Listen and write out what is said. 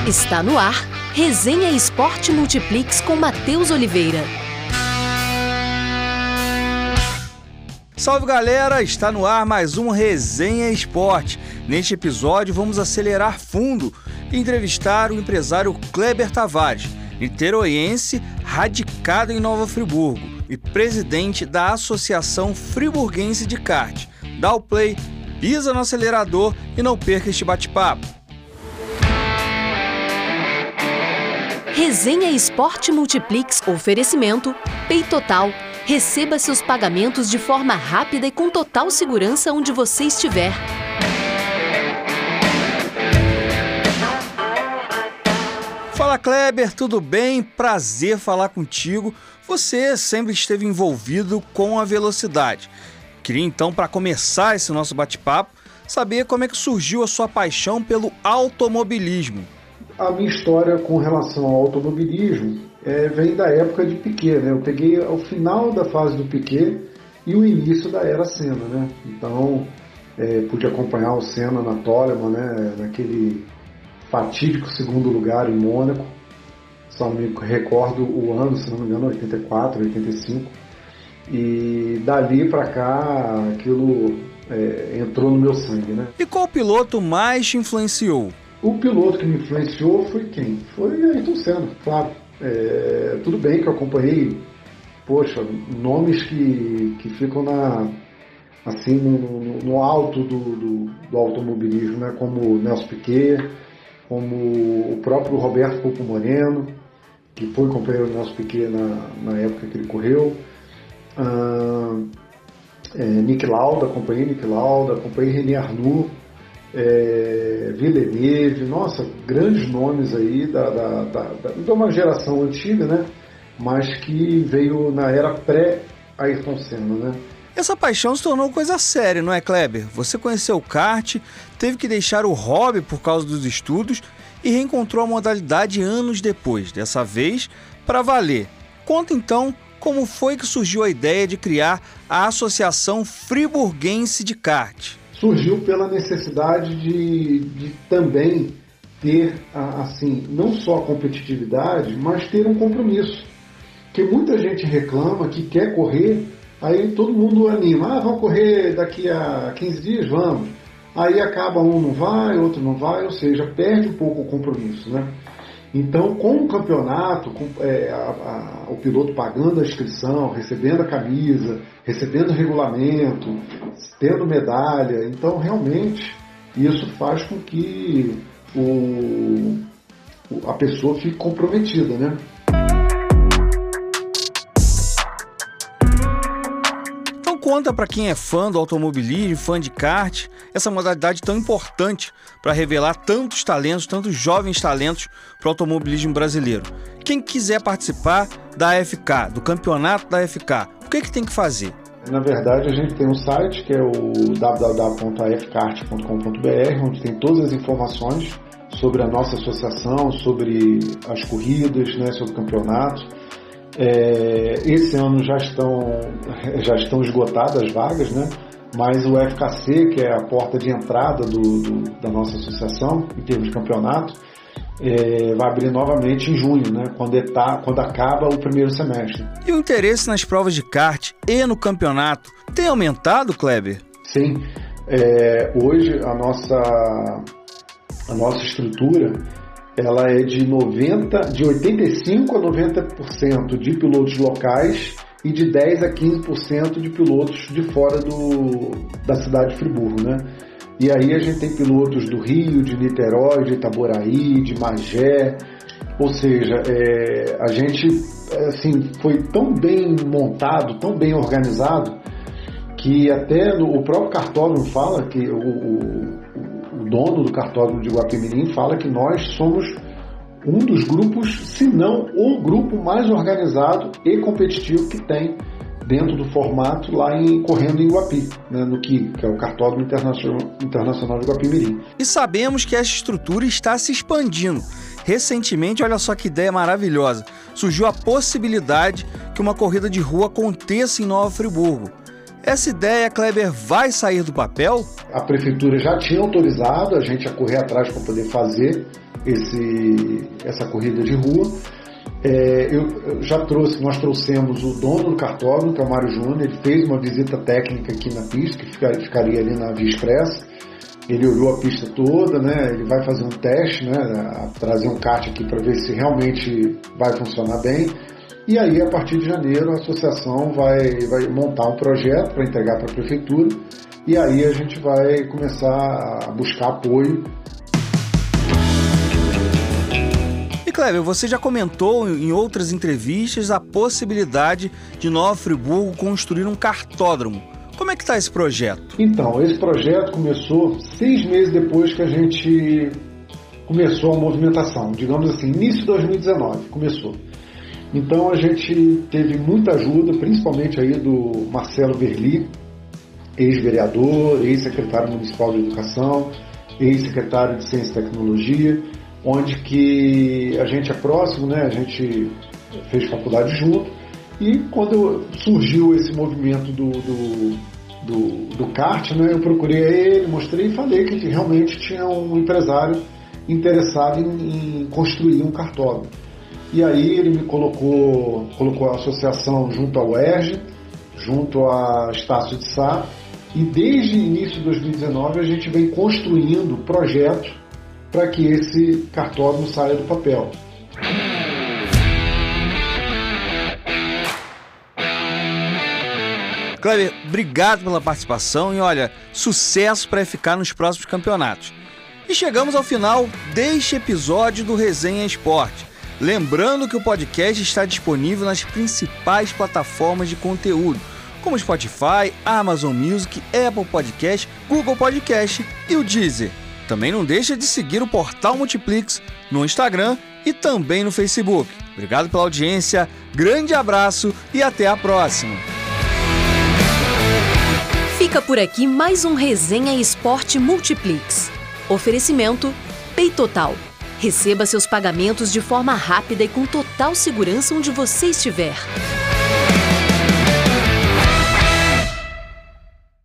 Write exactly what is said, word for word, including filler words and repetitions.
Está no ar, Resenha Esporte Multiplix com Matheus Oliveira. Salve galera, está no ar mais um Resenha Esporte. Neste episódio vamos acelerar fundo e entrevistar o empresário Kleber Tavares, niteroiense radicado em Nova Friburgo e presidente da Associação Friburguense de Kart. Dá o play, pisa no acelerador e não perca este bate-papo. Resenha Esporte Multiplix, oferecimento Pay Total. Receba seus pagamentos de forma rápida e com total segurança onde você estiver. Fala Kleber, tudo bem? Prazer falar contigo. Você sempre esteve envolvido com a velocidade. Queria então, para começar esse nosso bate-papo, saber como é que surgiu a sua paixão pelo automobilismo. A minha história com relação ao automobilismo é, vem da época de Piquet, né? Eu peguei o final da fase do Piquet e o início da era Senna, né? Então, é, pude acompanhar o Senna na Toleman, né? Naquele fatídico segundo lugar em Mônaco. Só me recordo o ano, se não me engano, oitenta e quatro, oitenta e cinco. E dali pra cá, aquilo é, entrou no meu sangue, né? E qual piloto mais te influenciou? O piloto que me influenciou foi quem? Foi Ayrton Senna, claro. É, tudo bem que eu acompanhei, poxa, nomes que, que ficam na, assim, no, no alto do, do, do automobilismo, né? Como Nelson Piquet, como o próprio Roberto Pupo Moreno, que foi companheiro do Nelson Piquet na, na época que ele correu. Ah, é, Niki Lauda, acompanhei Niki Lauda, acompanhei René Arnoux, É, Villeneuve, nossa, grandes nomes aí da, da, da, da, de uma geração antiga, né? Mas que veio na era pré-Ayrton Senna, né? Essa paixão se tornou coisa séria, não é, Kleber? Você conheceu o kart, teve que deixar o hobby por causa dos estudos e reencontrou a modalidade anos depois, dessa vez para valer. Conta então como foi que surgiu a ideia de criar a Associação Friburguense de Kart. Surgiu pela necessidade de, de também ter, assim, não só a competitividade, mas ter um compromisso. Porque muita gente reclama que quer correr, aí todo mundo anima, ah, vamos correr daqui a quinze dias, vamos. Aí acaba, um não vai, outro não vai, ou seja, perde um pouco o compromisso, né? Então, com o campeonato, com, é, a, a, o piloto pagando a inscrição, recebendo a camisa, recebendo o regulamento, tendo medalha, então realmente isso faz com que o, a pessoa fique comprometida, né? Conta para quem é fã do automobilismo, fã de kart, essa modalidade tão importante para revelar tantos talentos, tantos jovens talentos para o automobilismo brasileiro. Quem quiser participar da A F K, do campeonato da A F K, o que, que tem que fazer? Na verdade, a gente tem um site que é o w w w ponto a f kart ponto com ponto b r, onde tem todas as informações sobre a nossa associação, sobre as corridas, né, sobre o campeonato. É, esse ano já estão, já estão esgotadas as vagas, né? Mas o F K C, que é a porta de entrada do, do, da nossa associação, em termos de campeonato, é, vai abrir novamente em junho, né? Quando, etá, quando acaba o primeiro semestre. E o interesse nas provas de kart e no campeonato tem aumentado, Kleber? Sim. É, hoje a nossa, a nossa estrutura ela é de, noventa, de oitenta e cinco por cento a noventa por cento de pilotos locais e de dez a quinze por cento de pilotos de fora do, da cidade de Friburgo, né? E aí a gente tem pilotos do Rio, de Niterói, de Itaboraí, de Magé, ou seja, é, a gente assim, foi tão bem montado, tão bem organizado, que até no, o próprio cartódromo fala que o, o O dono do cartódromo de Guapimirim fala que nós somos um dos grupos, se não o grupo mais organizado e competitivo que tem dentro do formato lá em, correndo em Guapi, né, no que, que é o Cartódromo Internacional, Internacional de Guapimirim. E sabemos que essa estrutura está se expandindo. Recentemente, olha só que ideia maravilhosa, surgiu a possibilidade que uma corrida de rua aconteça em Nova Friburgo. Essa ideia, Kleber, vai sair do papel? A prefeitura já tinha autorizado a gente a correr atrás para poder fazer esse, essa corrida de rua. É, eu, eu já trouxe, nós trouxemos o dono do cartódromo, que é o Mário Júnior. Ele fez uma visita técnica aqui na pista, que ficaria, ficaria ali na Via Expressa. Ele olhou a pista toda, né? Ele vai fazer um teste, né? Trazer um kart aqui para ver se realmente vai funcionar bem. E aí, a partir de janeiro, a associação vai, vai montar um projeto para entregar para a prefeitura. E aí a gente vai começar a buscar apoio. E Kleber, você já comentou em outras entrevistas a possibilidade de Nova Friburgo construir um kartódromo. Como é que está esse projeto? Então, esse projeto começou seis meses depois que a gente começou a movimentação. Digamos assim, início de dois mil e dezenove começou. Então a gente teve muita ajuda, principalmente aí do Marcelo Verli, ex-vereador, ex-secretário municipal de educação, ex-secretário de ciência e tecnologia, onde que a gente é próximo, né? A gente fez faculdade junto. E quando surgiu esse movimento do, do, do, do kart, né, eu procurei a ele, mostrei e falei que realmente tinha um empresário interessado em, em construir um kartódromo. E aí ele me colocou, colocou a associação junto ao U E R J, junto a Estácio de Sá, e desde o início de dois mil e dezenove a gente vem construindo projetos para que esse kartódromo saia do papel. Kleber, obrigado pela participação e olha, sucesso para ficar nos próximos campeonatos. E chegamos ao final deste episódio do Resenha Esporte. Lembrando que o podcast está disponível nas principais plataformas de conteúdo, como Spotify, Amazon Music, Apple Podcast, Google Podcast e o Deezer. Também não deixa de seguir o Portal Multiplix no Instagram e também no Facebook. Obrigado pela audiência, grande abraço e até a próxima! Fica por aqui mais um Resenha Esporte Multiplix. Oferecimento Peitotal. Receba seus pagamentos de forma rápida e com total segurança onde você estiver.